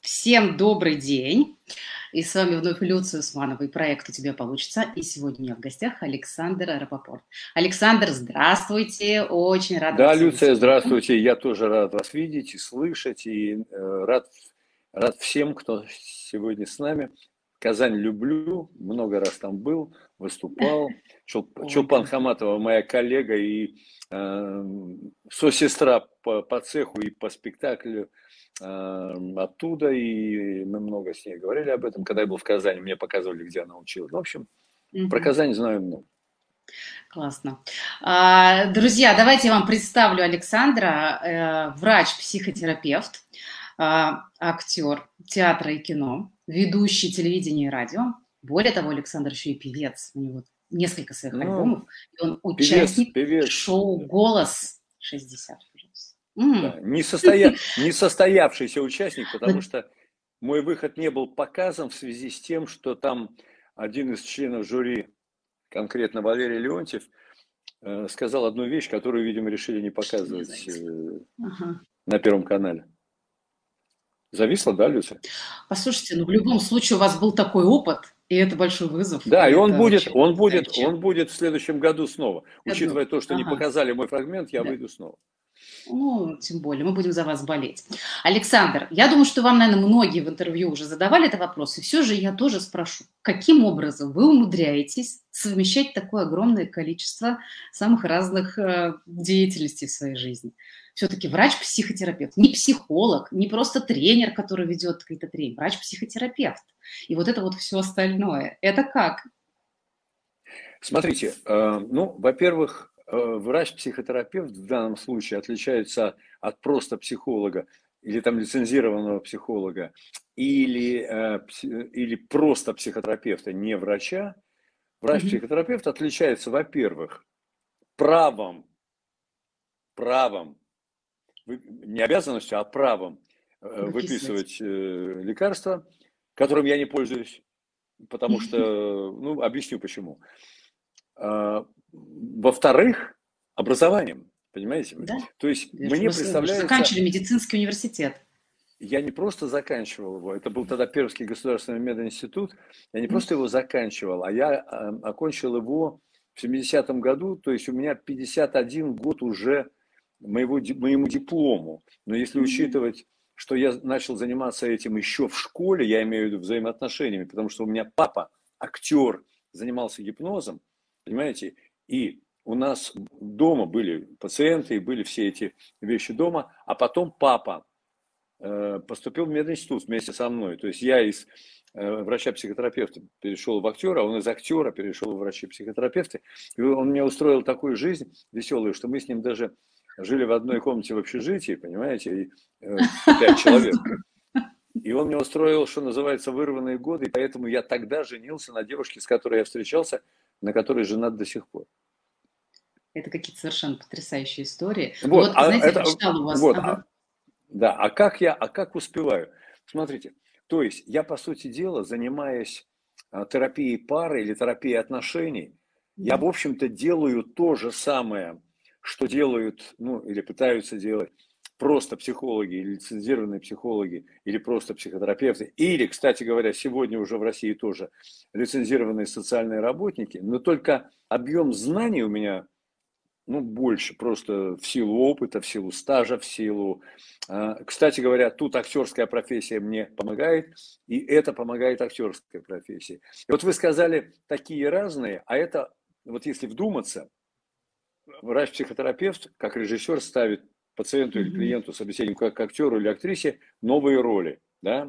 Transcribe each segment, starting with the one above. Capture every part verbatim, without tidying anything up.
Всем добрый день! И с вами вновь Люция Усманова и проект «У тебя получится». И сегодня у меня в гостях Александр Рапопорт. Александр, здравствуйте! Очень рада Да, вас видеть Люция, сегодня. здравствуйте. Я тоже рад вас видеть и слышать. И э, рад, рад всем, кто сегодня с нами. Казань люблю, много раз там был, выступал. Чулп- Ой, Чулпан как... Хаматова, моя коллега и э, сосестра по, по цеху и по спектаклю э, оттуда. И мы много с ней говорили об этом. Когда я был в Казани, мне показывали, где она училась. В общем, про Мгм. Казань знаю много. Классно. А, Друзья, давайте я вам представлю Александра, э, врач-психотерапевт, а, актер театра и кино, ведущий телевидения и радио. Более того, Александр еще и певец. У него несколько своих Ну, альбомов, и он певец, участник певец. шоу «Голос шестьдесят плюс». Да, М. не, состоя... не состоявшийся участник, потому Ну, что мой выход не был показан в связи с тем, что там один из членов жюри, конкретно Валерий Леонтьев, э, сказал одну вещь, которую, видимо, решили не не показывать зайти. э, Ага. на Первом канале. Зависла, да, Люся? Послушайте, ну в любом случае у вас был такой опыт, и это большой вызов, и Да, и он это будет, вообще он будет, потрясающе. он будет в следующем году снова. Году. Учитывая то, что не Ага, показали мой фрагмент, я да. выйду снова. Ну, тем более, мы будем за вас болеть. Александр, я думаю, что вам, наверное, многие в интервью уже задавали этот вопрос, и все же я тоже спрошу, каким образом вы умудряетесь совмещать такое огромное количество самых разных э, деятельностей в своей жизни? Все-таки врач-психотерапевт, не психолог, не просто тренер, который ведет какие-то тренинги, врач-психотерапевт. И вот это вот все остальное. Это как? Смотрите, э, ну, во-первых, э, врач-психотерапевт в данном случае отличается от просто психолога или там лицензированного психолога или, э, пси- или просто психотерапевта, не врача. Мгм. Врач-психотерапевт отличается, во-первых, правом, правом, вы- не обязанностью, а правом э, Выписывать. выписывать э, лекарства, которым я не пользуюсь, потому что, ну, объясню почему. А, Во-вторых, образованием, понимаете? Да? То есть Я ж- мне Вы, с- вы же представляется, заканчивали медицинский университет. я не просто заканчивал его, это был тогда Пермский государственный мединститут, я не М. просто его заканчивал, а я а, окончил его в семидесятом году, то есть у меня пятьдесят один год уже моего, ди- моему диплому. Но если М. учитывать, что я начал заниматься этим еще в школе, я имею в виду взаимоотношениями, потому что у меня папа, актер, занимался гипнозом, понимаете, и у нас дома были пациенты, и были все эти вещи дома, а потом папа э, поступил в мединститут вместе со мной. То есть я из э, врача-психотерапевта перешел в актера, а он из актера перешел в врача-психотерапевта. И он мне устроил такую жизнь веселую, что мы с ним даже жили в одной комнате в общежитии, понимаете, и, э, по пять человек. И он мне устроил, что называется, вырванные годы, и поэтому я тогда женился на девушке, с которой я встречался, на которой женат до сих пор. Это какие-то совершенно потрясающие истории. Ну Вот, вот, а знаете, я это, прочитала у вас. вот, а, Ага. да, а как я, а как успеваю? Смотрите, то есть я, по сути дела, занимаясь а, терапией пары или терапией отношений, я, в Мгм. общем-то, делаю то же самое, что делают, ну, или пытаются делать просто психологи, или лицензированные психологи, или просто психотерапевты, или, кстати говоря, сегодня уже в России тоже лицензированные социальные работники, но только объем знаний у меня ну, больше, просто в силу опыта, в силу стажа, в силу... а, Кстати говоря, тут актерская профессия мне помогает, и это помогает актерской профессии. И вот вы сказали, такие разные, а это, вот если вдуматься, врач-психотерапевт, как режиссер, ставит пациенту или Мгм. клиенту, собеседнику, как актеру или актрисе, новые роли, да?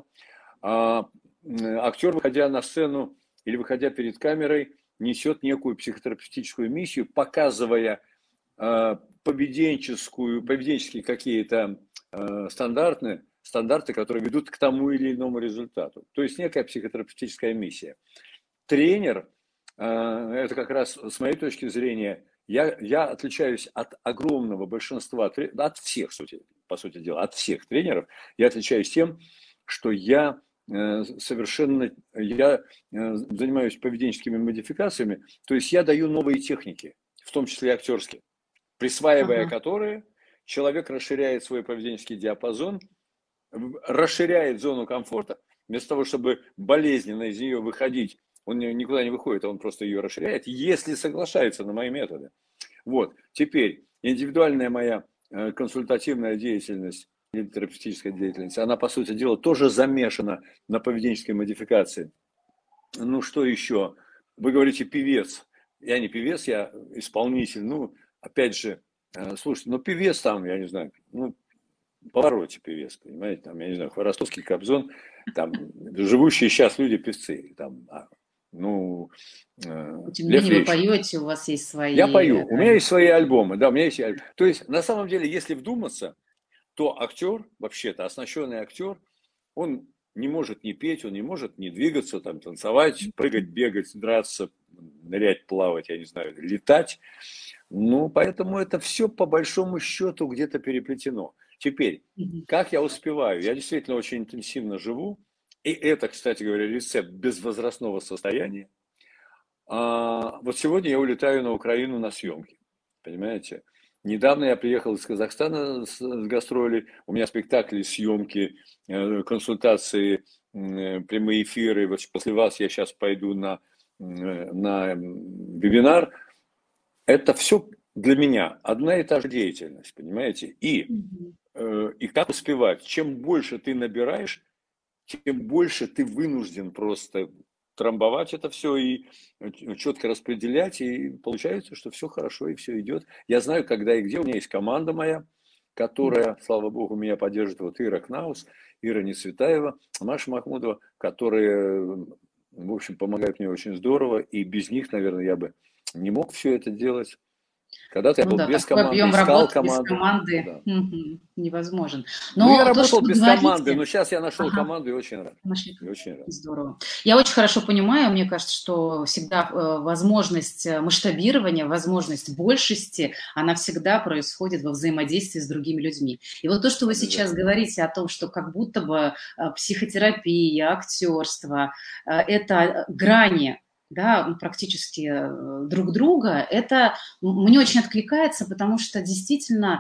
А актер, выходя на сцену или выходя перед камерой, несет некую психотерапевтическую миссию, показывая э, поведенческую, поведенческие какие-то э, стандарты, стандарты, которые ведут к тому или иному результату. То есть некая психотерапевтическая миссия. Тренер, э, это как раз с моей точки зрения, я, я отличаюсь от огромного большинства, от всех, по сути дела, от всех тренеров, я отличаюсь тем, что я э, совершенно, я э, занимаюсь поведенческими модификациями, то есть я даю новые техники, в том числе и актерские, присваивая Ага. которые, человек расширяет свой поведенческий диапазон расширяет зону комфорта, вместо того, чтобы болезненно из нее выходить, он никуда не выходит, он просто ее расширяет, если соглашается на мои методы. Вот, теперь индивидуальная моя консультативная деятельность, или терапевтическая деятельность, она, по сути дела, тоже замешана на поведенческой модификации. Ну, что еще? Вы говорите, певец. Я не певец, я исполнитель. Ну, опять же, слушайте, ну, певец там, я не знаю, ну, Паваротти певец, понимаете, там, я не знаю, Хворостовский, Кобзон, там, живущие сейчас люди певцы, там, ну, Тем не менее, вы поете, у вас есть свои... Я пою, у меня есть свои альбомы, да, у меня есть альбомы. То есть, на самом деле, если вдуматься, то актер, вообще-то, оснащенный актер, он не может не петь, он не может не двигаться, там, танцевать, прыгать, бегать, драться, нырять, плавать, я не знаю, летать. Ну, поэтому это все по большому счету где-то переплетено. Теперь, как я успеваю? Я действительно очень интенсивно живу. И это, кстати говоря, рецепт безвозрастного состояния. А вот сегодня я улетаю на Украину на съемки. Понимаете? Недавно я приехал из Казахстана с, с гастролей. У меня спектакли, съемки, консультации, прямые эфиры. Вот после вас я сейчас пойду на, на вебинар. Это все для меня одна и та же деятельность, понимаете? И, э, и как успевать? Чем больше ты набираешь, тем больше ты вынужден просто трамбовать это все и четко распределять, и получается, что все хорошо и все идет. Я знаю, когда и где. У меня есть команда моя, которая, слава богу, меня поддерживает. Вот Ира Кнаус, Ира Нецветаева, Маша Махмудова, которые, в общем, помогают мне очень здорово. И без них, наверное, я бы не мог все это делать. Когда-то ну, я был да, без команды, искал команду. Без команды да. угу, невозможен. Но ну, я то, работал без говорите... команды, но сейчас я нашел ага. команду и очень рад. И очень рад. Здорово. Я очень хорошо понимаю, мне кажется, что всегда э, возможность масштабирования, возможность большести, она всегда происходит во взаимодействии с другими людьми. И вот то, что вы сейчас да. говорите о том, что как будто бы э, психотерапия, актерство, э, это грани, да, практически друг друга, это мне очень откликается, потому что действительно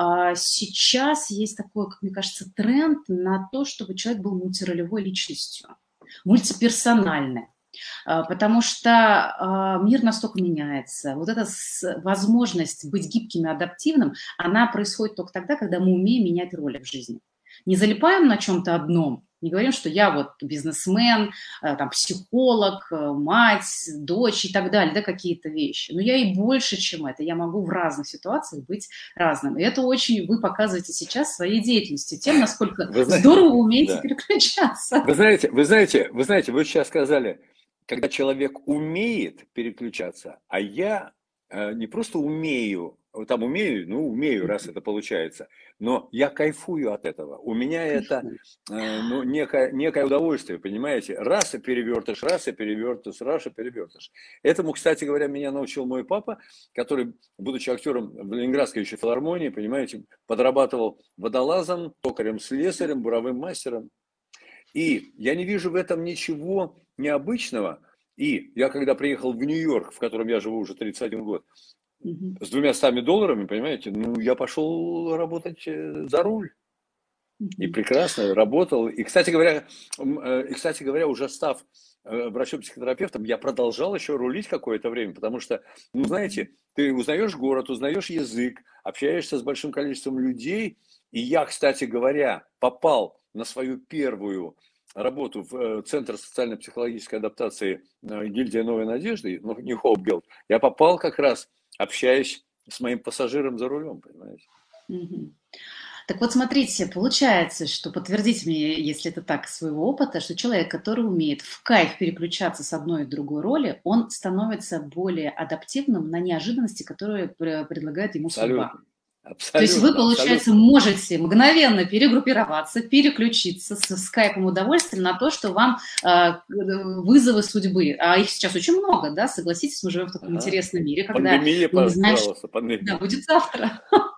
сейчас есть такой, как мне кажется, тренд на то, чтобы человек был мультиролевой личностью, мультиперсональной. Потому что мир настолько меняется. Вот эта возможность быть гибким и адаптивным, она происходит только тогда, когда мы умеем менять роли в жизни. Не залипаем на чем-то одном, не говорим, что я вот бизнесмен, там, психолог, мать, дочь и так далее, да, какие-то вещи. Но я и больше, чем это. Я могу в разных ситуациях быть разным. И это очень вы показываете сейчас своей деятельностью, тем, насколько вы знаете, здорово вы умеете да. переключаться. Вы знаете, вы знаете, вы знаете, вы сейчас сказали, когда человек умеет переключаться, а я э, не просто умею, там умею, ну умею, раз это получается, но я кайфую от этого. У меня это э, ну, некое, некое удовольствие, понимаете? Раз и перевертыш, раз и перевертыш, раз и перевертыш. Этому, кстати говоря, меня научил мой папа, который, будучи актером в Ленинградской еще филармонии, понимаете, подрабатывал водолазом, токарем, слесарем, буровым мастером. И я не вижу в этом ничего необычного. И я, когда приехал в Нью-Йорк, в котором я живу уже тридцать один год, с двумястами долларами, понимаете, ну, я пошел работать за руль. И прекрасно работал. И, кстати говоря, и, кстати говоря, уже став врачом-психотерапевтом, я продолжал еще рулить какое-то время, потому что, ну, знаете, ты узнаешь город, узнаешь язык, общаешься с большим количеством людей. И я, кстати говоря, попал на свою первую работу в Центр социально-психологической адаптации гильдия Новой Надежды, ну, не Хоуп-Гилд. Я попал как раз, общаясь с моим пассажиром за рулем, понимаете. Угу. Так вот, смотрите, получается, что подтвердите мне, если это так, своего опыта, что человек, который умеет в кайф переключаться с одной и другой роли, он становится более адаптивным на неожиданности, которые предлагает ему Абсолютно. судьба. Абсолютно, То есть вы, получается, абсолютно. можете мгновенно перегруппироваться, переключиться с скайпом удовольствия на то, что вам э, вызовы судьбы, а их сейчас очень много, да, согласитесь, мы живем в таком ага. интересном мире, когда пандемия, мы не знаем, что пандемия. Да, будет завтра.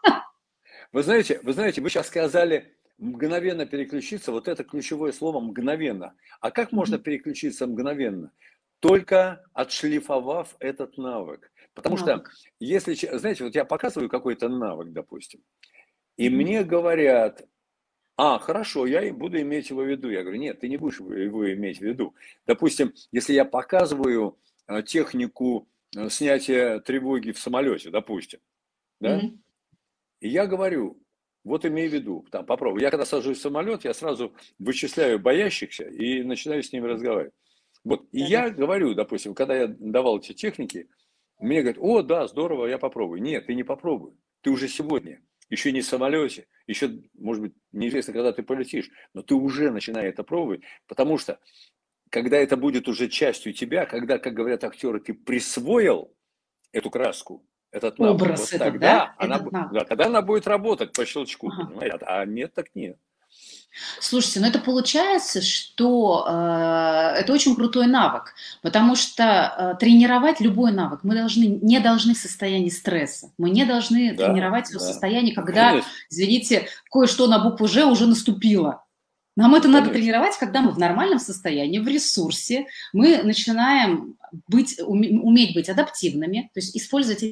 Вы знаете, вы знаете, вы сейчас сказали мгновенно переключиться, вот это ключевое слово мгновенно. А как можно переключиться мгновенно? Только отшлифовав этот навык. Потому навык. что, если, знаете, вот я показываю какой-то навык, допустим, и mm-hmm. мне говорят, А, хорошо, я и буду иметь его в виду. Я говорю, нет, ты не будешь его иметь в виду. Допустим, если я показываю э, технику э, снятия тревоги в самолете, допустим, да, Мгм. и я говорю, вот имей в виду, там, попробуй. Я когда сажусь в самолет, я сразу вычисляю боящихся и начинаю с ними разговаривать. Вот, и я Так. говорю, допустим, когда я давал эти техники, мне говорят, о, да, здорово, я попробую. Нет, ты не попробуй, ты уже сегодня, еще не в самолете, еще, может быть, неизвестно, когда ты полетишь, но ты уже начинай это пробовать, потому что, когда это будет уже частью тебя, когда, как говорят актеры, ты присвоил эту краску, этот навык, Образ вот этот, да? тогда она, Этот бу- навык. да, тогда она будет работать по щелчку, Ага. понимаете? А а нет, так нет. Слушайте, ну это получается, что э, это очень крутой навык, потому что э, тренировать любой навык мы должны, не должны в состоянии стресса. Мы не должны Да, тренировать его в да, состоянии, ну, когда, конечно, извините, кое-что на букву «Ж» уже наступило. Нам ну, это надо конечно. тренировать, когда мы в нормальном состоянии, в ресурсе, мы начинаем быть, уме- уметь быть адаптивными, то есть использовать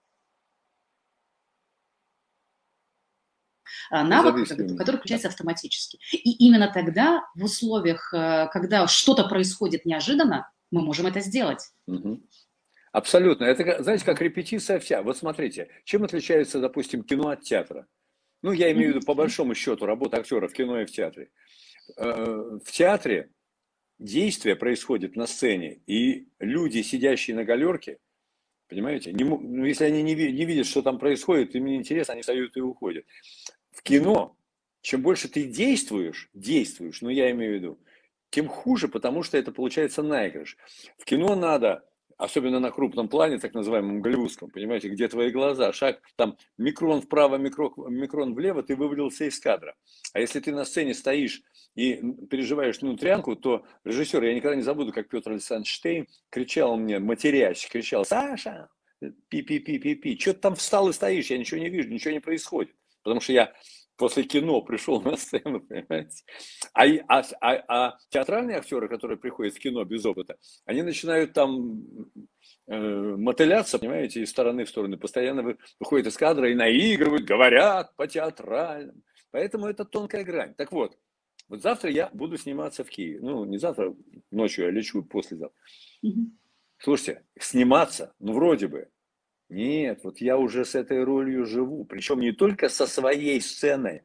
а, навык, ког- Независимыми, который да. включается автоматически. И именно тогда, в условиях, э, когда что-то происходит неожиданно, мы можем это сделать. Мгм. Абсолютно. Это, ка- знаете, Ага. как репетиция вся. Вот смотрите, чем отличается, допустим, кино от театра? Ну, я имею в Мгм. виду, по Да. большому счету, работа актера в кино и в театре. Э, В театре действие происходит на сцене, и люди, сидящие на галерке, понимаете, не, мо- ну, если они не, ви- не видят, что там происходит, им не интересно, они встают и уходят. В Мгм. кино, чем больше ты действуешь, действуешь, ну, я имею в виду, тем хуже, потому что это получается наигрыш. В кино надо, особенно на крупном плане, так называемом голливудском, понимаете, где твои глаза, шаг, там микрон вправо, микрон, микрон влево, ты вывалился из кадра. А если ты на сцене стоишь и переживаешь внутрянку, то режиссер, я никогда не забуду, как Петр Александрович Штейн кричал мне, матерясь, кричал, Саша, пи-пи-пи-пи-пи, что ты там встал и стоишь, я ничего не вижу, ничего не происходит. Потому что я после кино пришел на сцену, понимаете. А, а, а, а театральные актеры, которые приходят в кино без опыта, они начинают там э, мотыляться, понимаете, из стороны в сторону, постоянно вы- выходят из кадра и наигрывают, говорят по-театральному. Поэтому это тонкая грань. Так вот, вот завтра я буду сниматься в Киеве. Ну, не завтра, ночью я лечу, послезавтра. Мгм. Слушайте, сниматься, ну, вроде бы, нет, вот я уже с этой ролью живу. Причем не только со своей сценой,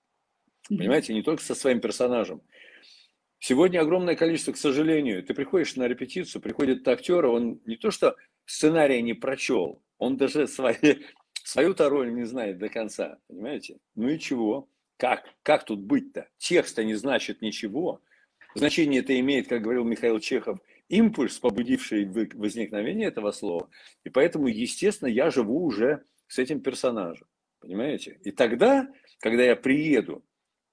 Мгм. понимаете, не только со своим персонажем. Сегодня огромное количество, к сожалению, ты приходишь на репетицию, приходит актер, он не то что сценарий не прочел, он даже свои, свою-то роль не знает до конца, понимаете? Ну и чего? Как, как тут быть-то? Текста не значит ничего. Значение это имеет, как говорил Михаил Чехов, импульс, побудивший возникновение этого слова. И поэтому, естественно, я живу уже с этим персонажем. Понимаете? И тогда, когда я приеду,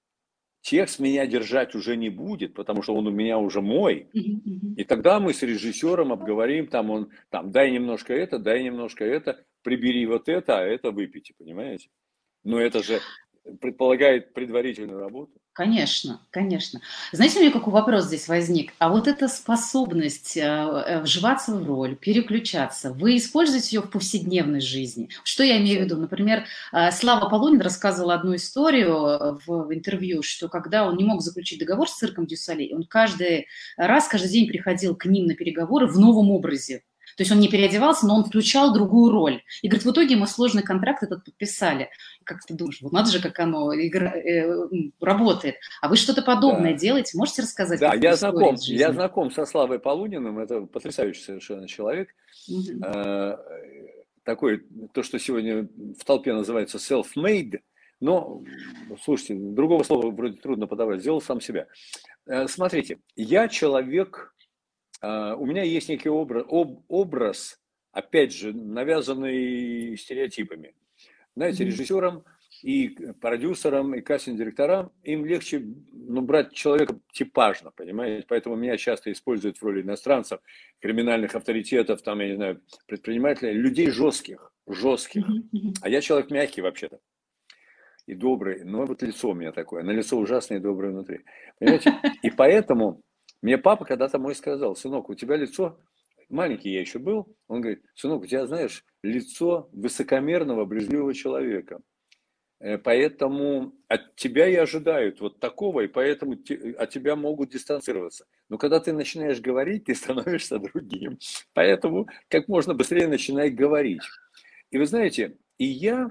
текст меня держать уже не будет, потому что он у меня уже мой. Мгм. Мгм. И тогда мы с режиссером обговорим, там он, там, дай немножко это, дай немножко это, прибери вот это, а это выпейте, понимаете? Но это же предполагает предварительную работу. Конечно, конечно. Знаете, у меня какой вопрос здесь возник? А вот эта способность э, э, вживаться в роль, переключаться, вы используете ее в повседневной жизни? Что я имею в виду? Абсолютно. Например, э, Слава Полунин рассказывал одну историю э, в интервью, что когда он не мог заключить договор с цирком Дю Солей, он каждый раз, каждый день приходил к ним на переговоры в новом образе. То есть он не переодевался, но он включал другую роль. И говорит, в итоге мы сложный контракт этот подписали. Как ты думаешь, вот надо же, как оно игра, э, м, работает. А вы что-то подобное Да. делаете? Можете рассказать Да, какую-то я историю знаком, из я жизни? знаком со Славой Полуниным, это потрясающий совершенно человек. Мгм. Э, Такой, то, что сегодня в толпе называется self-made, но, слушайте, другого слова вроде трудно подобрать, сделал сам себя. Э, Смотрите, я человек, э, у меня есть некий образ, об- образ, опять же, навязанный стереотипами. Знаете, Мгм. режиссерам и продюсерам, и кастинг-директорам, им легче, ну, брать человека типажно, понимаете? Поэтому меня часто используют в роли иностранцев, криминальных авторитетов, там, я не знаю, предпринимателей, людей жестких, жестких. Мгм. Мгм. А я человек мягкий вообще-то и добрый, но вот лицо у меня такое, на лицо ужасное и доброе внутри. Понимаете? И поэтому мне папа когда-то мой сказал, сынок, у тебя лицо, маленький я еще был, он говорит, сынок, у тебя, знаешь, лицо высокомерного, брезгливого человека. Поэтому от тебя и ожидают вот такого, и поэтому от тебя могут дистанцироваться. Но когда ты начинаешь говорить, ты становишься другим. Поэтому как можно быстрее начинай говорить. И вы знаете, и я,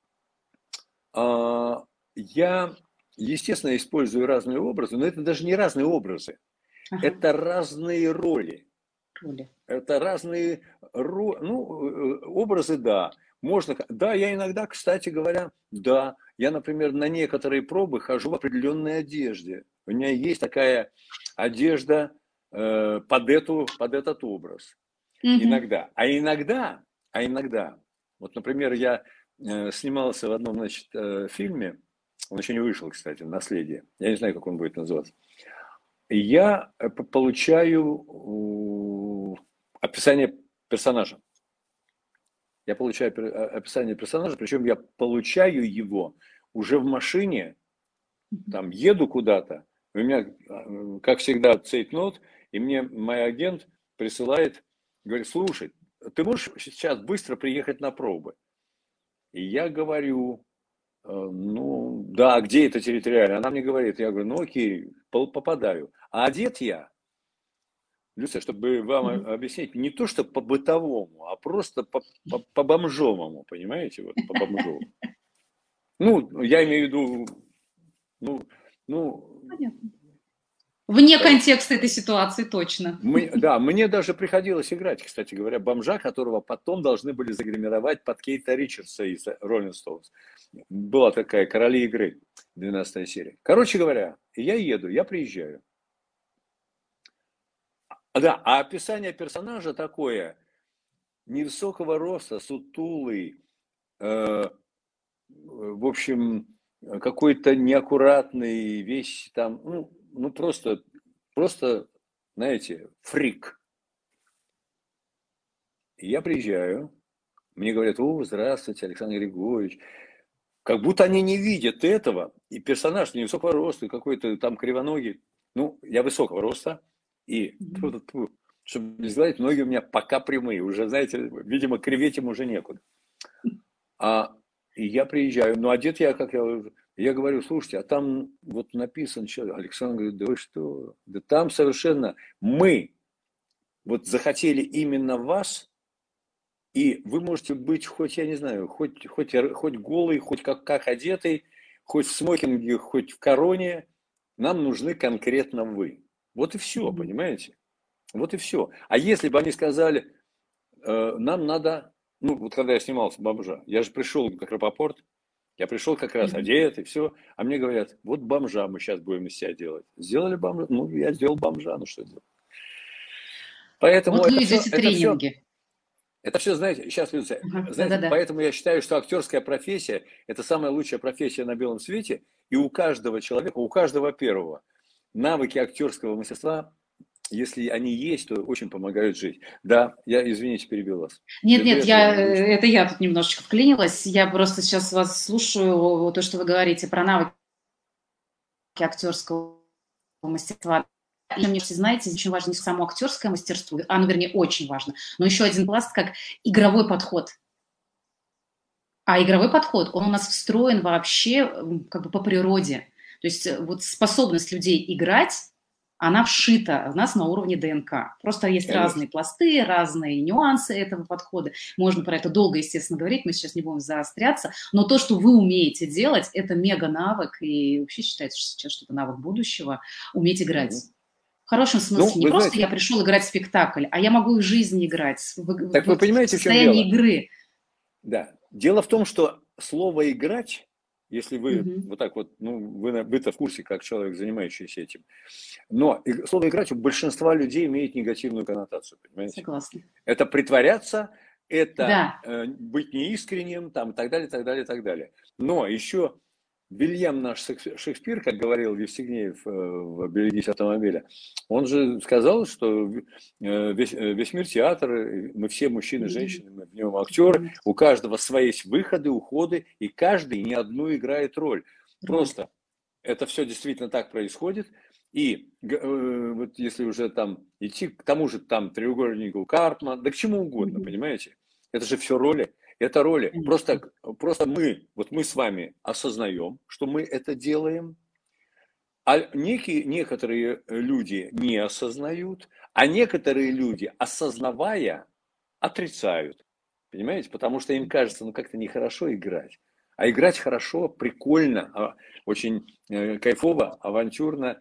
я, естественно, использую разные образы, но это даже не разные образы. Ага. Это разные роли. роли. Это разные ро... ну, образы, да. Можно, да, я иногда, кстати говоря, да, я, например, на некоторые пробы хожу в определенной одежде. У меня есть такая одежда э, под, эту, под этот образ. Mm-hmm. Иногда. А иногда, а иногда, вот, например, я э, снимался в одном, значит, э, фильме, он еще не вышел, кстати, «Наследие». Я не знаю, как он будет называться. И я получаю э, описание персонажа. Я получаю описание персонажа, причем я получаю его уже в машине, там, еду куда-то, у меня, как всегда, цейтнот, и мне мой агент присылает, говорит, слушай, ты можешь сейчас быстро приехать на пробы? И я говорю, ну, да, где это территориально? Она мне говорит, я говорю, ну окей, попадаю. А одет я, Люся, чтобы вам mm-hmm. объяснить, не то, что по-бытовому, а просто по-бомжовому, понимаете, вот, по-бомжовому. Ну, я имею в виду, ну, ну... Понятно. Вне да. контекста этой ситуации, точно. Мы, да, мне даже приходилось играть, кстати говоря, бомжа, которого потом должны были загримировать под Кейта Ричардса из Rolling Stones. Была такая «Короли игры», двенадцатая серия. Короче говоря, я еду, я приезжаю. Да, а описание персонажа такое, невысокого роста, сутулый, э, в общем, какой-то неаккуратный, весь там, ну, ну просто, просто, знаете, фрик. И я приезжаю, мне говорят, о, здравствуйте, Александр Григорьевич. Как будто они не видят этого, и персонаж невысокого роста, какой-то там кривоногий. Ну, я высокого роста. И, mm-hmm. чтобы не сказать, ноги у меня пока прямые, уже, знаете, видимо, криветь им уже некуда. А и я приезжаю, ну, одет я, как я, я говорю, слушайте, а там вот написан человек, Александр говорит, да вы что, да там совершенно мы вот захотели именно вас, и вы можете быть хоть, я не знаю, хоть, хоть, хоть голый, хоть как, как одетый, хоть в смокинге, хоть в короне, нам нужны конкретно вы. Вот и все, mm-hmm. понимаете? Вот и все. А если бы они сказали, э, нам надо, ну вот когда я снимался «Бомжа», я же пришел как Рапопорт, я пришел как раз mm-hmm. одетый, все, а мне говорят, вот бомжа мы сейчас будем из себя делать. Сделали бомжа? Ну, я сделал бомжа, ну что делать? Поэтому вот это вы все, идете тренинги. Это все, это все, знаете, сейчас, Люся, uh-huh. знаете, Да-да-да. поэтому я считаю, что актерская профессия – это самая лучшая профессия на белом свете, и у каждого человека, у каждого первого навыки актерского мастерства, если они есть, то очень помогают жить. Да, я, извините, перебил вас. Нет, нет, я, это я тут немножечко вклинилась. Я просто сейчас вас слушаю, то, что вы говорите про навыки актерского мастерства. И мне, знаете, очень важно не само актерское мастерство, оно, вернее, очень важно, но еще один пласт, как игровой подход. А игровой подход, он у нас встроен вообще как бы по природе. То есть вот способность людей играть, она вшита у нас на уровне ДНК. Просто есть Конечно. разные пласты, разные нюансы этого подхода. Можно про это долго, естественно, говорить, мы сейчас не будем заостряться. Но то, что вы умеете делать, это мега-навык. И вообще считается что сейчас, что это навык будущего, уметь играть. Mm-hmm. В хорошем смысле. Ну, не просто знаете, я пришел играть в спектакль, а я могу и в жизни играть. В, так в, вы понимаете, в состоянии в чем дело? игры. Да. Дело в том, что слово «играть», если вы Mm-hmm. вот так вот, ну, вы, вы-то в курсе, как человек, занимающийся этим, но слово «играть» у большинства людей имеет негативную коннотацию, понимаете? Согласна. Это притворяться, это да. э, быть неискренним, там, и так далее, так далее, так далее. Но еще Вильям наш Шекспир, как говорил Евстигнеев в «Берегись автомобиля», он же сказал, что весь, весь мир театр, мы все мужчины, женщины, мы в нем актеры, у каждого свои есть выходы, уходы, и каждый не одну играет роль. Просто это все действительно так происходит. И э, вот если уже там идти к тому же там треугольнику Карпмана, да к чему угодно, понимаете? Это же все роли. Это роли. Конечно. Просто, просто мы, вот мы с вами осознаем, что мы это делаем, а некие, некоторые люди не осознают, а некоторые люди, осознавая, отрицают. Понимаете? Потому что им кажется, ну как-то нехорошо играть. А играть хорошо, прикольно, а, очень э, кайфово, авантюрно.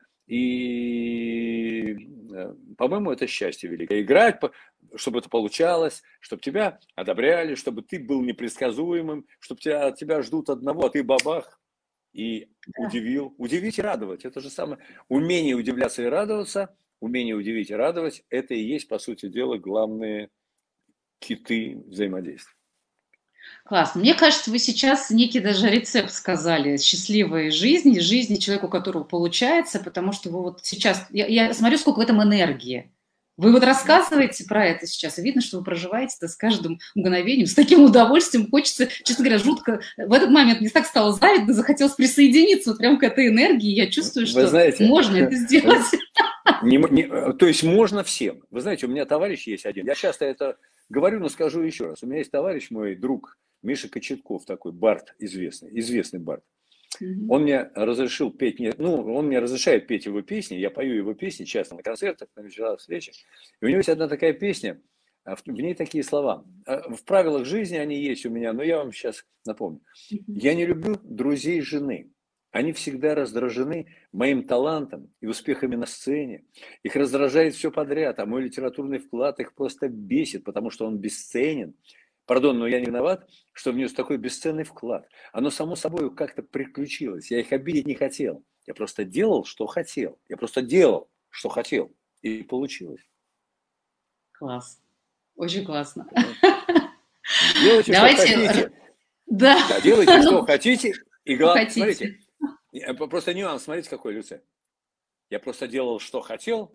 И, э, по-моему, это счастье великое. Играть, по- чтобы это получалось, чтобы тебя одобряли, чтобы ты был непредсказуемым, чтобы тебя, от тебя ждут одного, а ты бабах и Да. удивил. Удивить и радовать. Это же самое. Умение удивляться и радоваться, умение удивить и радовать, это и есть, по сути дела, главные киты взаимодействия. Классно. Мне кажется, вы сейчас некий даже рецепт сказали счастливой жизни, жизни человеку, у которого получается, потому что вы вот сейчас, я, я смотрю, сколько в этом энергии. Вы вот рассказываете про это сейчас, и видно, что вы проживаете это с каждым мгновением, с таким удовольствием. Хочется, честно говоря, жутко. В этот момент мне так стало завидно, захотелось присоединиться вот прям к этой энергии. Я чувствую, Вы что знаете, можно это сделать. не, не, то есть можно всем. Вы знаете, у меня товарищ есть один. Я часто это говорю, но скажу еще раз. У меня есть товарищ, мой друг Миша Кочетков, такой бард известный, известный бард. Мгм. Он мне разрешил петь, ну, он мне разрешает петь его песни, я пою его песни часто на концертах, на вечерах, встречах. И у него есть одна такая песня, в ней такие слова. В правилах жизни они есть у меня, но я вам сейчас напомню. Мгм. Я не люблю друзей жены. Они всегда раздражены моим талантом и успехами на сцене. Их раздражает все подряд, а мой литературный вклад их просто бесит, потому что он бесценен. Пардон, но я не виноват, что внес такой бесценный вклад. Оно само собой как-то приключилось. Я их обидеть не хотел. Я просто делал, что хотел. Я просто делал, что хотел. И получилось. Класс. Очень классно. Делайте, что Давайте, хотите. да, Да, делайте, что ну, хотите. И что главное, смотрите, хотите. просто нюанс, смотрите, какой, Люция. Я просто делал, что хотел,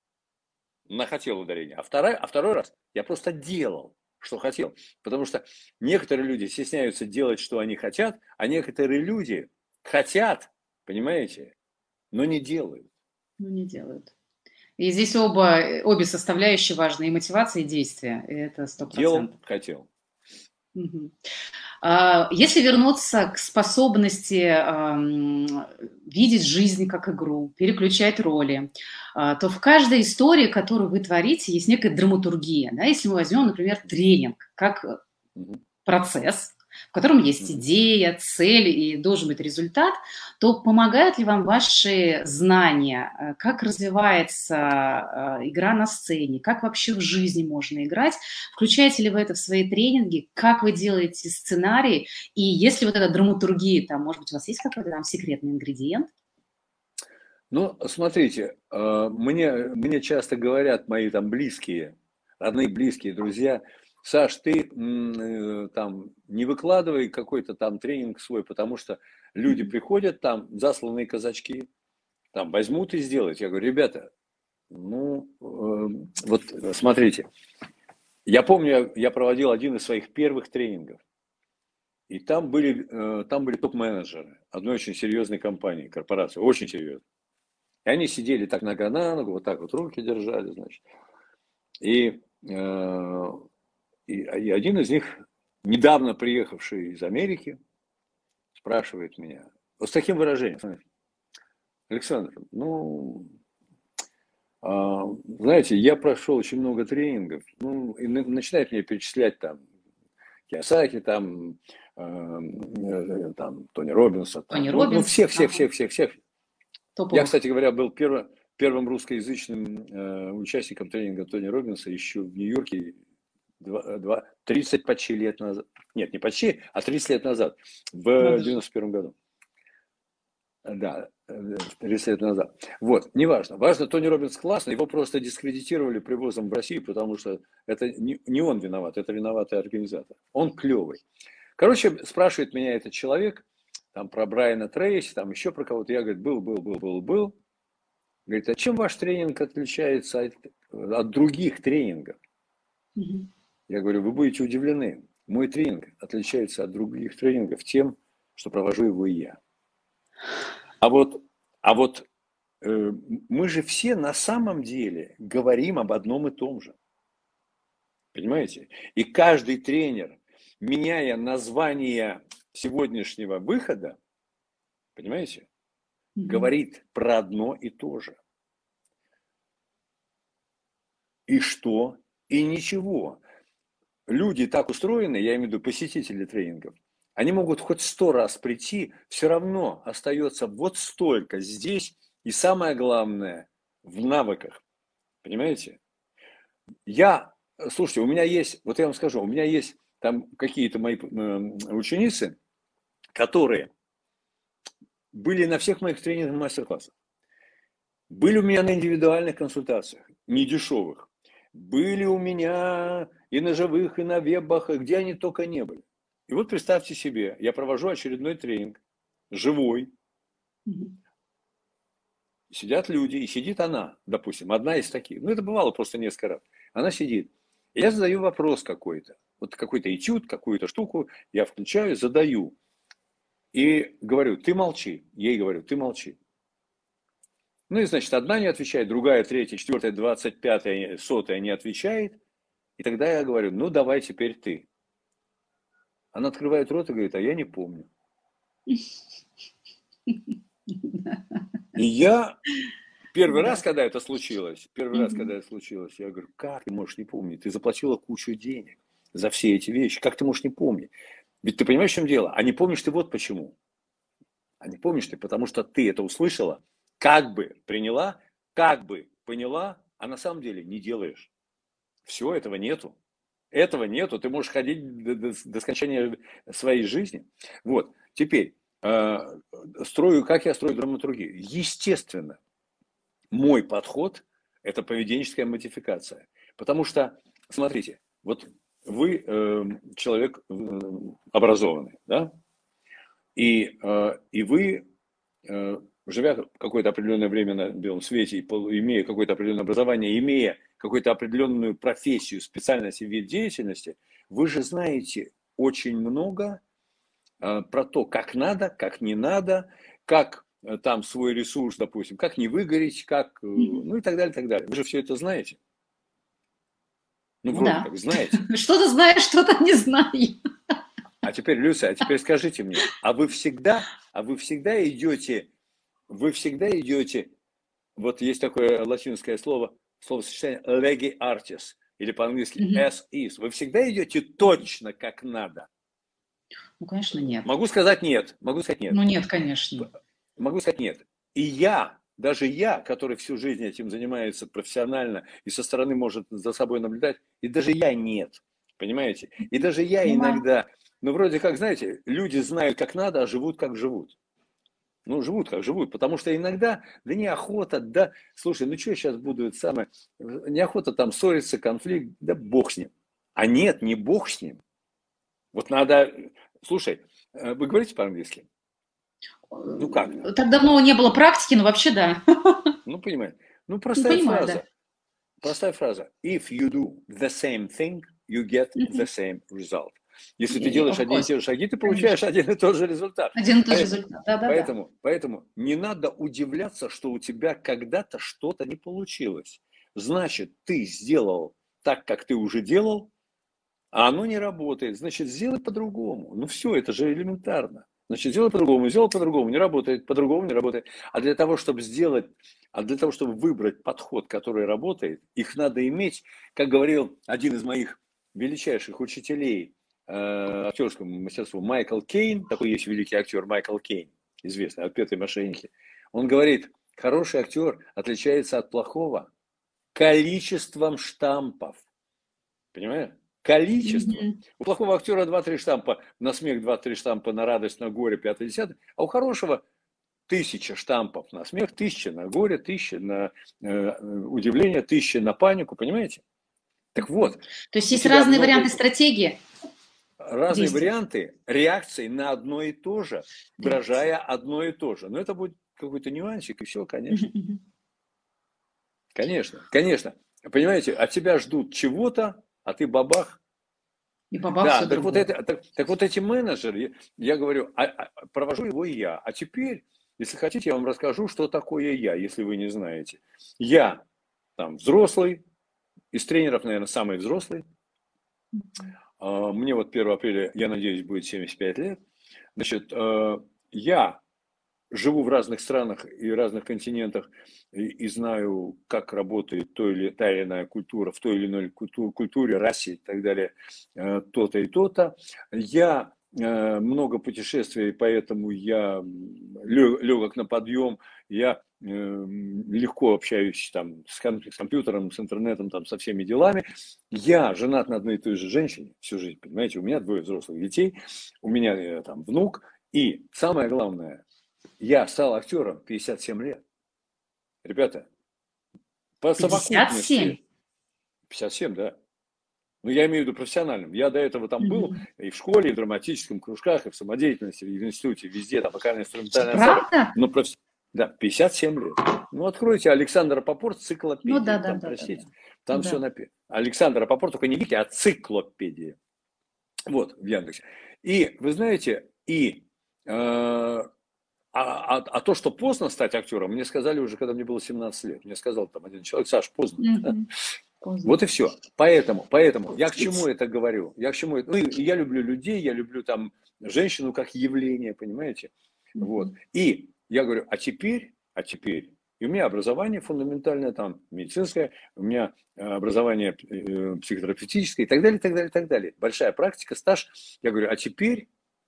на хотел ударение. А, второй, а второй раз я просто делал, что хотел. Потому что некоторые люди стесняются делать, что они хотят, а некоторые люди хотят, понимаете, но не делают. Ну, не делают. И здесь оба, обе составляющие важны, и мотивация, и действие. И это сто Делал, процентов. хотел. Мгм. А, Если вернуться к способности ам, видеть жизнь как игру, переключать роли, а, то в каждой истории, которую вы творите, есть некая драматургия. Да? Если мы возьмем, например, тренинг как э, Мгм. процесс, в котором есть Мгм. идея, цель и должен быть результат, то помогают ли вам ваши знания, э, как развивается э, игра на сцене, как вообще в жизни можно играть, включаете ли вы это в свои тренинги, как вы делаете сценарий, и если вот эта драматургия, там, может быть, у вас есть какой-то там секретный ингредиент? Ну, смотрите, э, мне, мне часто говорят мои там близкие, родные, близкие, друзья, Саш, ты м, э, там не выкладывай какой-то там тренинг свой, потому что люди Мгм. приходят там, засланные казачки, там возьмут и сделают. Я говорю, ребята, ну, э, вот смотрите, я помню, я проводил один из своих первых тренингов, и там были, э, там были топ-менеджеры одной очень серьезной компании, корпорации, очень серьезной. И они сидели так нога на ногу, вот так вот руки держали, значит. И, э, и, и один из них, недавно приехавший из Америки, спрашивает меня, вот с таким выражением, смотрите, Александр, ну, а, знаете, я прошел очень много тренингов, ну, и на- начинает мне перечислять там Кiyosaki, там, э, э, там Тони Роббинса, Тони там, ну, ну Роббинс, всех, всех, ага, всех, всех, всех. Я, топовых. кстати говоря, был первым, первым русскоязычным э, участником тренинга Тони Роббинса еще в Нью-Йорке два, два, тридцать почти лет назад. Нет, не почти, а тридцать лет назад, в Надо же. девяносто первом году. Да, э, тридцать лет назад. Вот, неважно. Важно, Тони Роббинс классный, его просто дискредитировали привозом в Россию, потому что это не, не он виноват, это виноватый организатор. Он клевый. Короче, спрашивает меня этот человек, там про Брайана Трейси, там еще про кого-то. Я, говорю, был, был, был, был, был. Говорит, а чем ваш тренинг отличается от, от других тренингов? Мгм. Я говорю, вы будете удивлены. Мой тренинг отличается от других тренингов тем, что провожу его и я. А вот, а вот э, мы же все на самом деле говорим об одном и том же. Понимаете? И каждый тренер меняя название сегодняшнего выхода, понимаете, Мгм. говорит про одно и то же. И что? И ничего. Люди так устроены, я имею в виду посетители тренингов, они могут хоть сто раз прийти, все равно остается вот столько здесь, и самое главное, в навыках. Понимаете? Я, слушайте, у меня есть, вот я вам скажу, у меня есть там какие-то мои э, ученицы, которые были на всех моих тренингах, мастер-классах, были у меня на индивидуальных консультациях, недешевых, были у меня и на живых, и на вебах, и где они только не были. И вот представьте себе, я провожу очередной тренинг, живой, Мгм. сидят люди, и сидит она, допустим, одна из таких. Ну, это бывало просто несколько раз. Она сидит. И я задаю вопрос какой-то. Вот какой-то этюд, какую-то штуку я включаю, задаю. И говорю, ты молчи. Ей говорю, ты молчи. Ну и, значит, одна не отвечает, другая, третья, четвертая, двадцать пятая, сотая не отвечает. И тогда я говорю, ну давай теперь ты. Она открывает рот и говорит, а я не помню. И я первый раз, Да. когда это случилось, первый раз, когда Мгм. это случилось, я говорю, как ты можешь не помнить? Ты заплатила кучу денег за все эти вещи. Как ты можешь не помнить? Ведь ты понимаешь, в чем дело? А не помнишь ты вот почему. А не помнишь ты, потому что ты это услышала, как бы приняла, как бы поняла, а на самом деле не делаешь. Все, этого нету. Этого нету. Ты можешь ходить до, до, до скончания своей жизни. Вот. Теперь, э, строю, как я строю драматургию? Естественно, мой подход – это поведенческая модификация. Потому что, смотрите, вот вы э, человек э, образованный, да? И, э, и вы, э, живя какое-то определенное время на белом свете, и имея какое-то определенное образование, имея какую-то определенную профессию, специальность и вид деятельности, вы же знаете очень много э, про то, как надо, как не надо, как э, там свой ресурс, допустим, как не выгореть, как, э, Мгм. ну и так далее, так далее. Вы же все это знаете. Ну, Ну вроде да. как знаете. Что-то знаешь, что-то не знаю. А теперь, Люся, а теперь скажите мне, а вы всегда, а вы всегда идете, вы всегда идете, вот есть такое латинское слово, словосочетание legi artis, или по-английски Мгм. as is. Вы всегда идете точно как надо. Ну, конечно, нет. Могу сказать нет, могу сказать нет. Ну, нет, конечно. Могу сказать нет. И я, даже я, который всю жизнь этим занимается профессионально и со стороны может за собой наблюдать, и даже я нет. Понимаете? И даже я Понимаю. иногда, ну вроде как, знаете, люди знают как надо, а живут как живут. Ну, живут как живут, потому что иногда, да неохота, да, слушай, ну что я сейчас буду, это самое, неохота там ссориться, конфликт, да бог с ним. А нет, не бог с ним. Вот надо, слушай, вы говорите по-английски? Ну как? Э, Так давно не было практики, но вообще да. Ну, понимаете. Ну, Ну, простая понимаю, да. фраза. Простая фраза. If you do the same thing, you get the Мгм. same result. Если ты И- делаешь Of одни и course, те же шаги, ты получаешь конечно. один и тот же результат. Один и тот же Поэтому, результат. Да-да-да. поэтому, поэтому не надо удивляться, что у тебя когда-то что-то не получилось. Значит, ты сделал так, как ты уже делал, а оно не работает. Значит, сделай по-другому. Ну все, это же элементарно. Значит, сделай по-другому, сделай по-другому, не работает, по-другому не работает. А для того, чтобы сделать, а для того, чтобы выбрать подход, который работает, их надо иметь, как говорил один из моих величайших учителей э, актерскому мастерству Майкл Кейн, такой есть великий актер Майкл Кейн, известный, «Отпетые мошенники». Он говорит, хороший актер отличается от плохого количеством штампов. Понимаешь? Количеством. Мгм. У плохого актера два-три штампа на смех, два-три штампа на радость, на горе, пятое, десятое. А у хорошего тысяча штампов на смех, тысяча на горе, тысяча на э, удивление, тысяча на панику, понимаете? Так вот, То есть у есть тебя разные много варианты стратегии разные действия. варианты реакций на одно и то же, Реакции. выражая одно и то же. Но это будет какой-то нюансик, и все, Мгм, конечно. мгм. Конечно, конечно. Понимаете, от тебя ждут чего-то, а ты бабах. И бабах Да, все так вот, другое. это, так, так вот эти менеджеры, я, я говорю, а, а, провожу его и я. А теперь, если хотите, я вам расскажу, что такое я, если вы не знаете. Я там взрослый, из тренеров, наверное, самый взрослый. Мне вот первого апреля, я надеюсь, будет семьдесят пять лет. Значит, я живу в разных странах и разных континентах и, и знаю, как работает то или, та или иная культура, в той или иной культуре, культуре, расе и так далее, то-то и то-то. Я много путешествий, поэтому я легок на подъем, я легко общаюсь там с компьютером, с интернетом, там, со всеми делами. Я женат на одной и той же женщине всю жизнь, понимаете, у меня двое взрослых детей, у меня там внук, и самое главное, я стал актером в пятьдесят семь лет. Ребята, по совокупности... пятьдесят семь, да. Ну, я имею в виду профессиональным. Я до этого там был и в школе, и в драматическом кружках, и в самодеятельности, и в институте, везде, там, вокально-инструментальный ансамбль. Но проф... Да, пятьдесят семь лет. Ну, откройте Александр Рапопорт, циклопедия. Ну, да, там, да, простите, да, да. Там да. Все написано. Александр Рапопорт, только не Вики, а циклопедия. Вот, в Яндексе. И, вы знаете, и... Э А, а, а то, что поздно стать актером, мне сказали уже, когда мне было семнадцать лет. Мне сказал там один человек: Саш, поздно. Mm-hmm. Поздно. Вот и все. Поэтому, поэтому я к чему это говорю? Я к чему это? Ну, я люблю людей, я люблю там женщину как явление, понимаете? Mm-hmm. Вот. И я говорю, а теперь, а теперь, и у меня образование фундаментальное, там, медицинское, у меня образование э, психотерапевтическое и так далее, так далее, так далее. Большая практика, стаж. Я говорю, а теперь,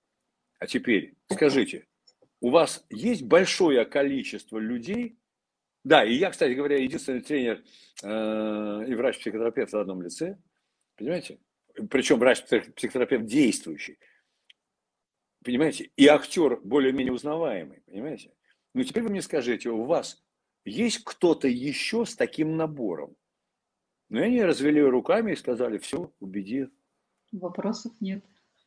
а теперь, скажите, у вас есть большое количество людей, да, и я, кстати говоря, единственный тренер э, и врач-психотерапевт в одном лице, понимаете? Причем врач-психотерапевт действующий, понимаете? И актер более-менее узнаваемый, понимаете? Ну, теперь вы мне скажите, у вас есть кто-то еще с таким набором? Ну, и они развели руками и сказали, все, убедил. Вопросов нет.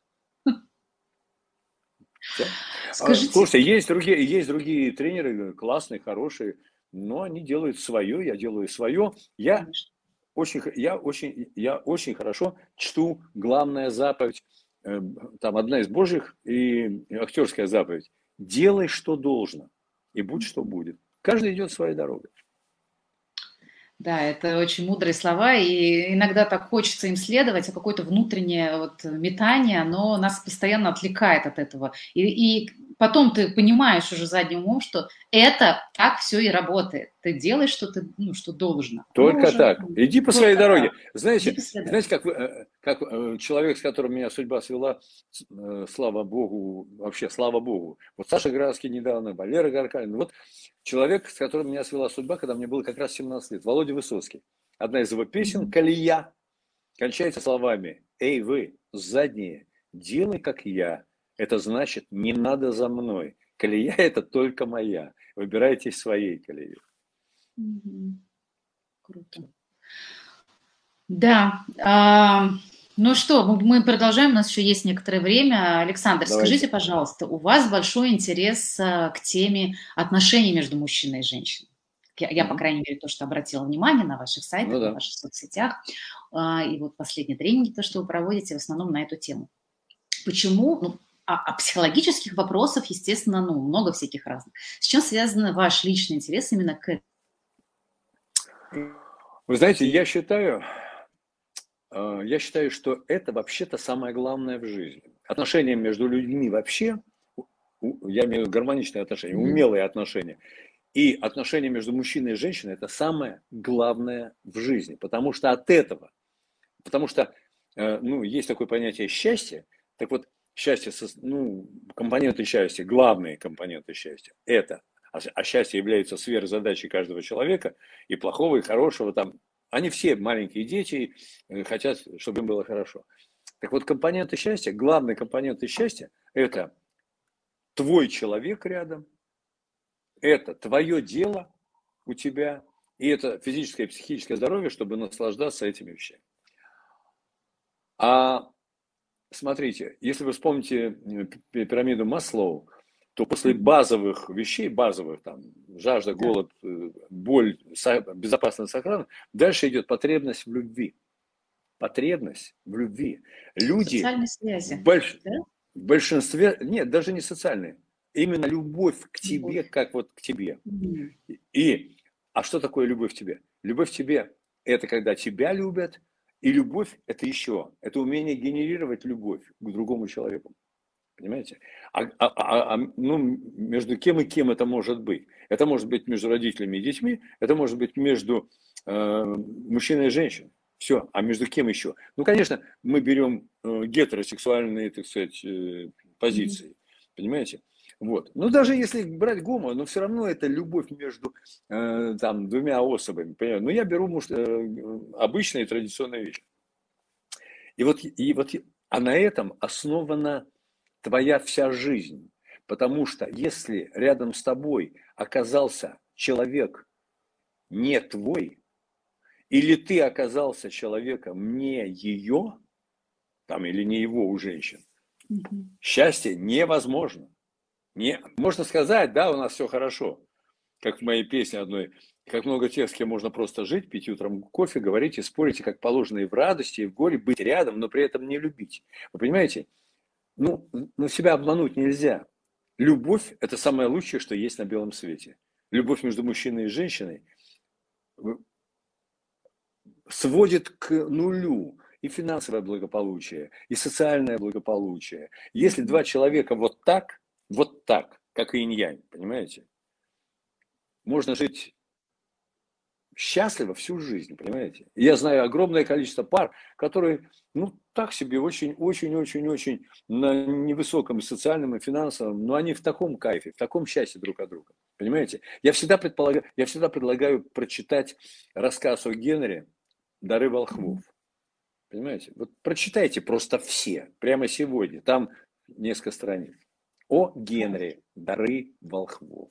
Все. Скажите... Слушайте, есть другие, есть другие тренеры, классные, хорошие, но они делают свое, я делаю свое. Я очень, я, очень, я очень хорошо чту главная заповедь, э, там одна из Божьих и актерская заповедь. Делай, что должно, и будь, что будет. Каждый идет своей дорогой. Да, это очень мудрые слова, и иногда так хочется им следовать, а какое-то внутреннее вот метание, оно нас постоянно отвлекает от этого. И, и потом ты понимаешь уже задним умом, что это так все и работает. Ты делаешь, что ты, ну, что должно. Только уже, так. Иди по своей дороге. Знаете, знаете как, как человек, с которым меня судьба свела, слава Богу, вообще, слава Богу. Вот Саша Градский недавно, Валера Гаркалин. Вот человек, с которым меня свела судьба, когда мне было как раз семнадцать лет, Володя Высоцкий. Одна из его песен «Колея» кончается словами: «Эй вы, задние, делай как я. Это значит, не надо за мной. Колея – это только моя. Выбирайте своей колеей». Mm-hmm. Круто. Да. А, ну что, мы продолжаем, у нас еще есть некоторое время. Александр, Давайте. Скажите, пожалуйста, у вас большой интерес к теме отношений между мужчиной и женщиной. Я, я mm-hmm. по крайней мере, то, что обратила внимание на ваших сайтах, ну, да. на ваших соцсетях. И вот последние тренинги, то, что вы проводите, в основном на эту тему. Почему? Ну, а, а психологических вопросов, естественно, ну, много всяких разных. С чем связан ваш личный интерес именно к этому? Вы знаете, я считаю, я считаю, что это вообще-то самое главное в жизни. Отношения между людьми вообще, я имею в виду гармоничные отношения, умелые отношения, и отношения между мужчиной и женщиной – это самое главное в жизни. Потому что от этого, потому что, ну, есть такое понятие счастья, так вот, счастье, ну, компоненты счастья, главные компоненты счастья – это, а счастье является сверхзадачей каждого человека, и плохого, и хорошего там. Они все маленькие дети, хотят, чтобы им было хорошо. Так вот, компоненты счастья, главные компоненты счастья – это твой человек рядом, это твое дело у тебя, и это физическое и психическое здоровье, чтобы наслаждаться этими вещами. А смотрите, если вы вспомните пирамиду Маслоу, то после базовых вещей, базовых, там, жажда, голод, боль, безопасность сохранность, дальше идет потребность в любви. Потребность в любви. Люди социальные связи, в, больш... да? в большинстве, нет, даже не социальные, именно любовь к тебе, любовь. Как вот к тебе. Mm-hmm. И, а что такое любовь к тебе? Любовь к тебе – это когда тебя любят, И любовь – это еще, это умение генерировать любовь к другому человеку. Понимаете? А, а, а, а, ну, между кем и кем это может быть? Это может быть между родителями и детьми, это может быть между э, мужчиной и женщиной. Все. А между кем еще? Ну, конечно, мы берем э, гетеросексуальные, так сказать, э, позиции. Понимаете? Вот. Но даже если брать гомо, но все равно это любовь между э, там, двумя особами. Понимаете? Но я беру муж, э, обычные традиционные вещи. И вот, и вот, а на этом основана твоя вся жизнь. Потому что если рядом с тобой оказался человек не твой, или ты оказался человеком не ее, там, или не его у женщин, mm-hmm. счастье невозможно. Не, можно сказать, да, у нас все хорошо. Как в моей песне одной, как много тех, с кем можно просто жить, пить утром кофе, говорить и спорить, и как положено и в радости, и в горе, быть рядом, но при этом не любить. Вы понимаете? Ну, ну, себя обмануть нельзя. Любовь – это самое лучшее, что есть на белом свете. Любовь между мужчиной и женщиной сводит к нулю и финансовое благополучие, и социальное благополучие. Если два человека вот так, вот так, как и инь-янь, понимаете, можно жить счастливо всю жизнь, понимаете? И я знаю огромное количество пар, которые, ну, так себе, очень-очень-очень-очень на невысоком социальном и финансовом, но они в таком кайфе, в таком счастье друг от друга, понимаете? Я всегда предполагаю, я всегда предлагаю прочитать рассказ о Генри «Дары волхвов». Понимаете? Вот прочитайте просто все, прямо сегодня, там несколько страниц. О Генри «Дары волхвов».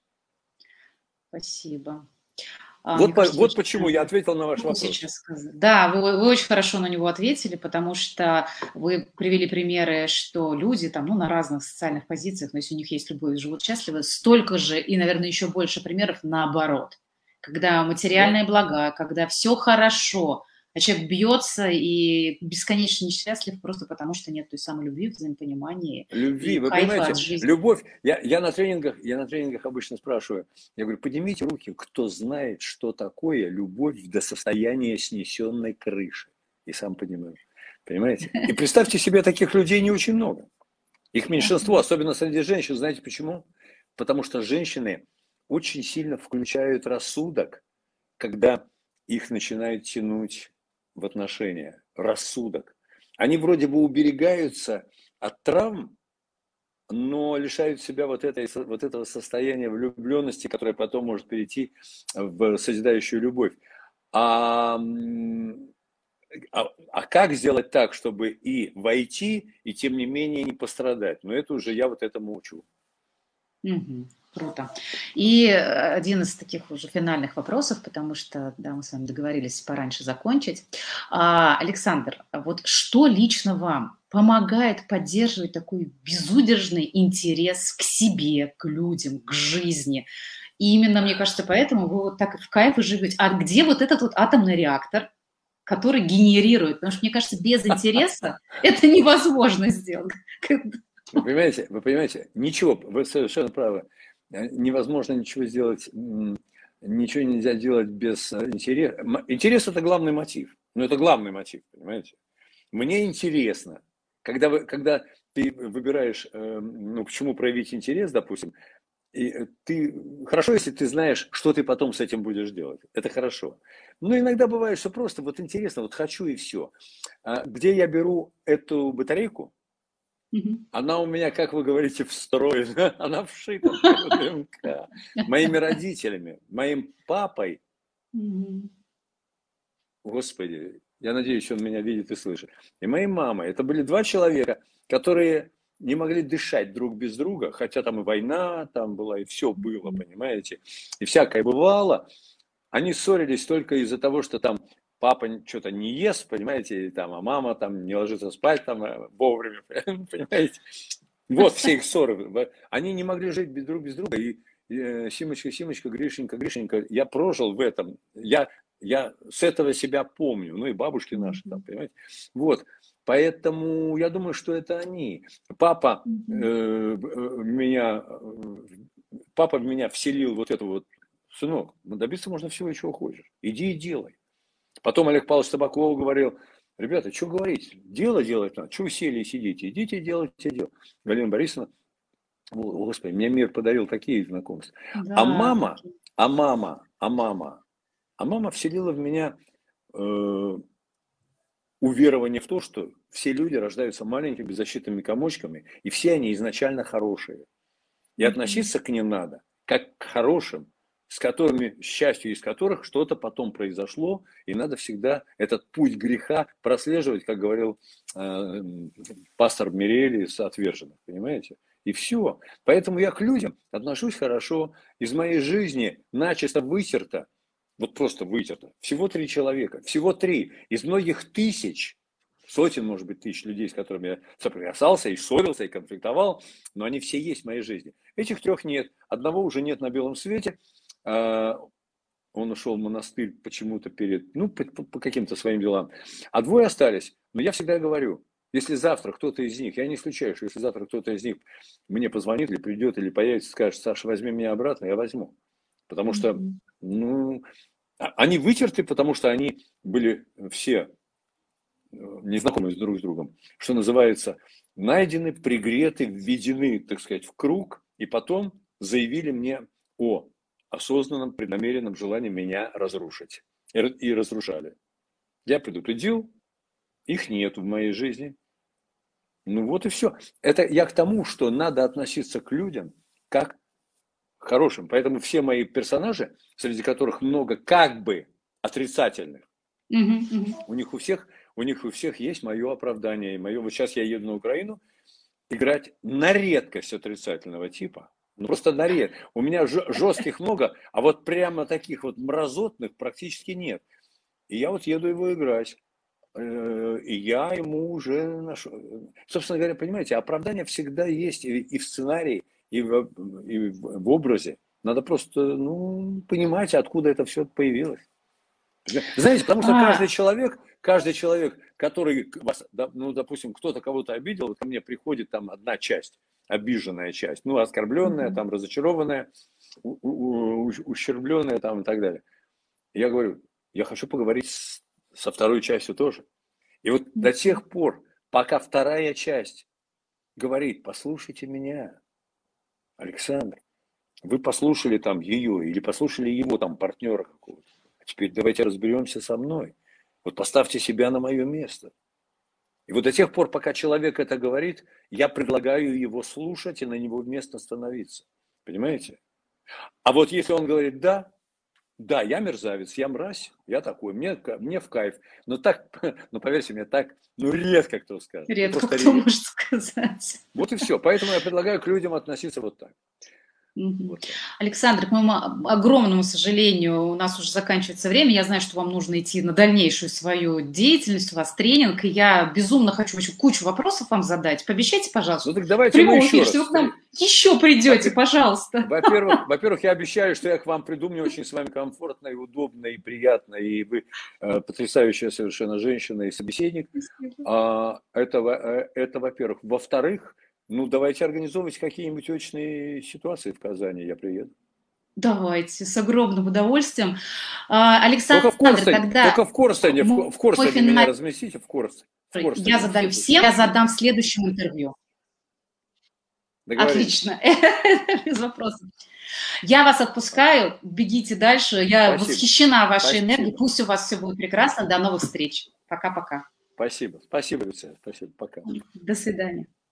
Спасибо. Вот, по, кажется, вот почему я ответил на ваш вопрос. Сейчас сказать. Да, вы, вы очень хорошо на него ответили, потому что вы привели примеры, что люди там, ну, на разных социальных позициях, но если у них есть любовь и живут счастливо, столько же и, наверное, еще больше примеров наоборот. Когда материальные блага, когда все хорошо, а человек бьется и бесконечно несчастлив просто потому, что нет той самой любви, взаимопонимания. Любви, вы понимаете, любовь. Я, я, на тренингах, я на тренингах обычно спрашиваю, я говорю, поднимите руки, кто знает, что такое любовь до состояния снесенной крыши. И сам понимаю. Понимаете? И представьте себе, таких людей не очень много. Их меньшинство, особенно среди женщин. Знаете почему? Потому что женщины очень сильно включают рассудок, когда их начинают тянуть в отношения, рассудок. Они вроде бы уберегаются от травм, но лишают себя вот, этой, вот этого состояния влюбленности, которое потом может перейти в созидающую любовь. А, а, а как сделать так, чтобы и войти, и тем не менее не пострадать? Но это уже я вот этому учу. Угу. Круто. И один из таких уже финальных вопросов, потому что, да, мы с вами договорились пораньше закончить. А, Александр, вот что лично вам помогает поддерживать такой безудержный интерес к себе, к людям, к жизни? И именно, мне кажется, поэтому вы вот так в кайф и живете. А где вот этот вот атомный реактор, который генерирует? Потому что, мне кажется, без интереса это невозможно сделать. Вы понимаете, вы понимаете, ничего, вы совершенно правы. Невозможно ничего сделать, ничего нельзя делать без интереса. Интерес – это главный мотив. Ну, это главный мотив, понимаете? Мне интересно. Когда, вы, когда ты выбираешь, ну, почему проявить интерес, допустим, и ты, хорошо, если ты знаешь, что ты потом с этим будешь делать. Это хорошо. Но иногда бывает, что просто вот интересно, вот хочу и все. Где я беру эту батарейку? Она у меня, как вы говорите, встроена, она вшита в ДНК. Моими родителями, моим папой, Господи, я надеюсь, он меня видит и слышит, и моей мамой. Это были два человека, которые не могли дышать друг без друга, хотя там и война там была, и все было, понимаете, и всякое бывало. Они ссорились только из-за того, что там папа что-то не ест, понимаете, там, а мама там не ложится спать там вовремя, понимаете. Вот все их ссоры. Они не могли жить без друг без друга. И э, Симочка, Симочка, Гришенька, Гришенька, я прожил в этом. Я, я с этого себя помню. Ну и бабушки наши там, понимаете. Вот. Поэтому я думаю, что это они. Папа э, меня, папа в меня вселил вот эту вот: сынок, добиться можно всего, чего хочешь. Иди и делай. Потом Олег Павлович Табаков говорил: ребята, что говорить, дело делать надо, что вы сели и сидите, идите делайте дело. Галина Борисовна, о, Господи, мне мир подарил такие знакомства. Да, а мама, такие. а мама, а мама, а мама вселила в меня э, уверование в то, что все люди рождаются маленькими беззащитными комочками, и все они изначально хорошие. И относиться к ним надо как к хорошим, с которыми, счастью из которых что-то потом произошло, и надо всегда этот путь греха прослеживать, как говорил э, пастор Мирели с отверженных, понимаете? И все. Поэтому я к людям отношусь хорошо. Из моей жизни начисто вытерто, вот просто вытерто, всего три человека, всего три. Из многих тысяч, сотен, может быть, тысяч людей, с которыми я соприкасался, и ссорился, и конфликтовал, но они все есть в моей жизни. Этих трех нет. Одного уже нет на белом свете. Он ушел в монастырь почему-то перед, ну, по, по каким-то своим делам. А двое остались. Но я всегда говорю, если завтра кто-то из них, я не исключаю, что если завтра кто-то из них мне позвонит, или придет, или появится, скажет: Саша, возьми меня обратно, я возьму. Потому что, ну, они вытерты, потому что они были все незнакомы друг с другом. Что называется, найдены, пригреты, введены, так сказать, в круг, и потом заявили мне о осознанном, преднамеренном желании меня разрушить. И, и разрушали. Я предупредил, их нет в моей жизни. Ну вот и все. Это я к тому, что надо относиться к людям как к хорошим. Поэтому все мои персонажи, среди которых много как бы отрицательных, угу, угу. у них у всех, у них у всех есть мое оправдание. И мое, вот сейчас я еду на Украину играть на редкость отрицательного типа. Ну просто на редкость. У меня жестких много, а вот прямо таких вот мразотных практически нет. И я вот еду его играть. И я ему уже нашел. Собственно говоря, понимаете, оправдание всегда есть и в сценарии, и в, и в образе. Надо просто, ну, понимать, откуда это все появилось. Знаете, потому что каждый человек, каждый человек, который вас, ну, допустим, кто-то кого-то обидел, вот ко мне приходит там одна часть, обиженная часть, ну, оскорбленная, там, разочарованная, ущербленная, там, и так далее. Я говорю, я хочу поговорить с со второй частью тоже. И вот до тех пор, пока вторая часть говорит: послушайте меня, Александр, вы послушали там ее или послушали его там партнера какого-то, а теперь давайте разберемся со мной. Вот поставьте себя на мое место. И вот до тех пор, пока человек это говорит, я предлагаю его слушать и на него место становиться. Понимаете? А вот если он говорит: да, Да, я мерзавец, я мразь, я такой, мне, мне в кайф. Но так, ну поверьте мне, так, ну редко кто скажет. Редко Просто кто редко. может сказать. Вот и все. Поэтому я предлагаю к людям относиться вот так. Угу. Вот так. Александр, к моему огромному сожалению, у нас уже заканчивается время. Я знаю, что вам нужно идти на дальнейшую свою деятельность, у вас тренинг, и я безумно хочу еще кучу вопросов вам задать. Пообещайте, пожалуйста, ну, так давайте мы еще эфире, раз. что вы к нам еще придете, пожалуйста. Во-первых, во-первых, я обещаю, что я к вам приду, мне очень с вами комфортно и удобно, и приятно, и вы э, потрясающая совершенно женщина и собеседник. А, это, это, во-первых. Во-вторых, ну, давайте организовывать какие-нибудь очные ситуации в Казани, я приеду. Давайте, с огромным удовольствием. Александр, только в Корстене, тогда... Только в Корстене, в, в Корстене меня на... разместите, в Корстене. В Корстене. Я задаю всем, я задам в следующем интервью. Отлично, без вопросов. Я вас отпускаю, бегите дальше. Я Спасибо. восхищена вашей Спасибо. энергией. Пусть у вас все будет прекрасно. До новых встреч. Пока-пока. Спасибо. Спасибо, Люция. Спасибо. Пока. До свидания.